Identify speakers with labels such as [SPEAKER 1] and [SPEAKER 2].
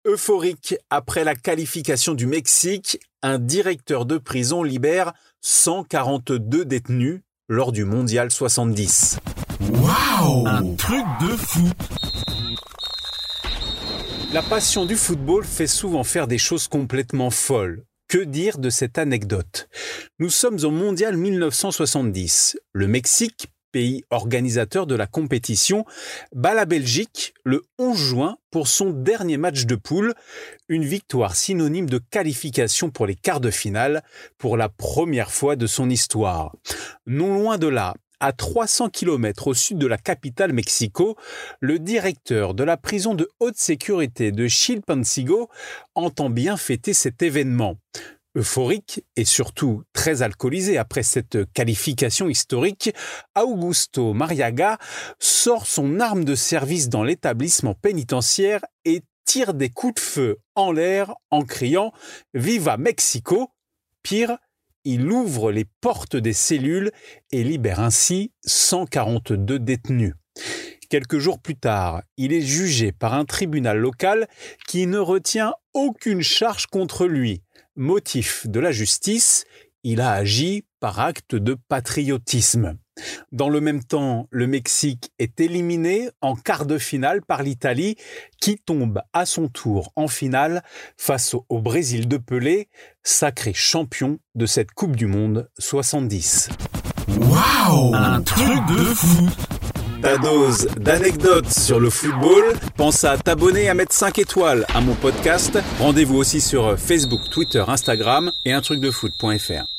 [SPEAKER 1] Euphorique après la qualification du Mexique, un directeur de prison libère 142 détenus lors du Mondial 70.
[SPEAKER 2] Waouh! Un truc de fou!
[SPEAKER 1] La passion du football fait souvent faire des choses complètement folles. Que dire de cette anecdote? Nous sommes au Mondial 1970. Le Mexique, pays organisateur de la compétition, bat la Belgique le 11 juin pour son dernier match de poule, une victoire synonyme de qualification pour les quarts de finale pour la première fois de son histoire. Non loin de là, à 300 km au sud de la capitale Mexico, le directeur de la prison de haute sécurité de Chilpancingo entend bien fêter cet événement. Euphorique et surtout très alcoolisé après cette qualification historique, Augusto Mariaga sort son arme de service dans l'établissement pénitentiaire et tire des coups de feu en l'air en criant « Viva Mexico !» Pire, il ouvre les portes des cellules et libère ainsi 142 détenus. Quelques jours plus tard, il est jugé par un tribunal local qui ne retient aucune charge contre lui. Motif de la justice, il a agi par acte de patriotisme. Dans le même temps, le Mexique est éliminé en quart de finale par l'Italie qui tombe à son tour en finale face au Brésil de Pelé, sacré champion de cette Coupe du Monde 70.
[SPEAKER 2] Waouh! Un truc de fou!
[SPEAKER 1] Ta dose d'anecdotes sur le football. Pense à t'abonner et à mettre 5 étoiles à mon podcast. Rendez-vous aussi sur Facebook, Twitter, Instagram et untrucdefoot.fr.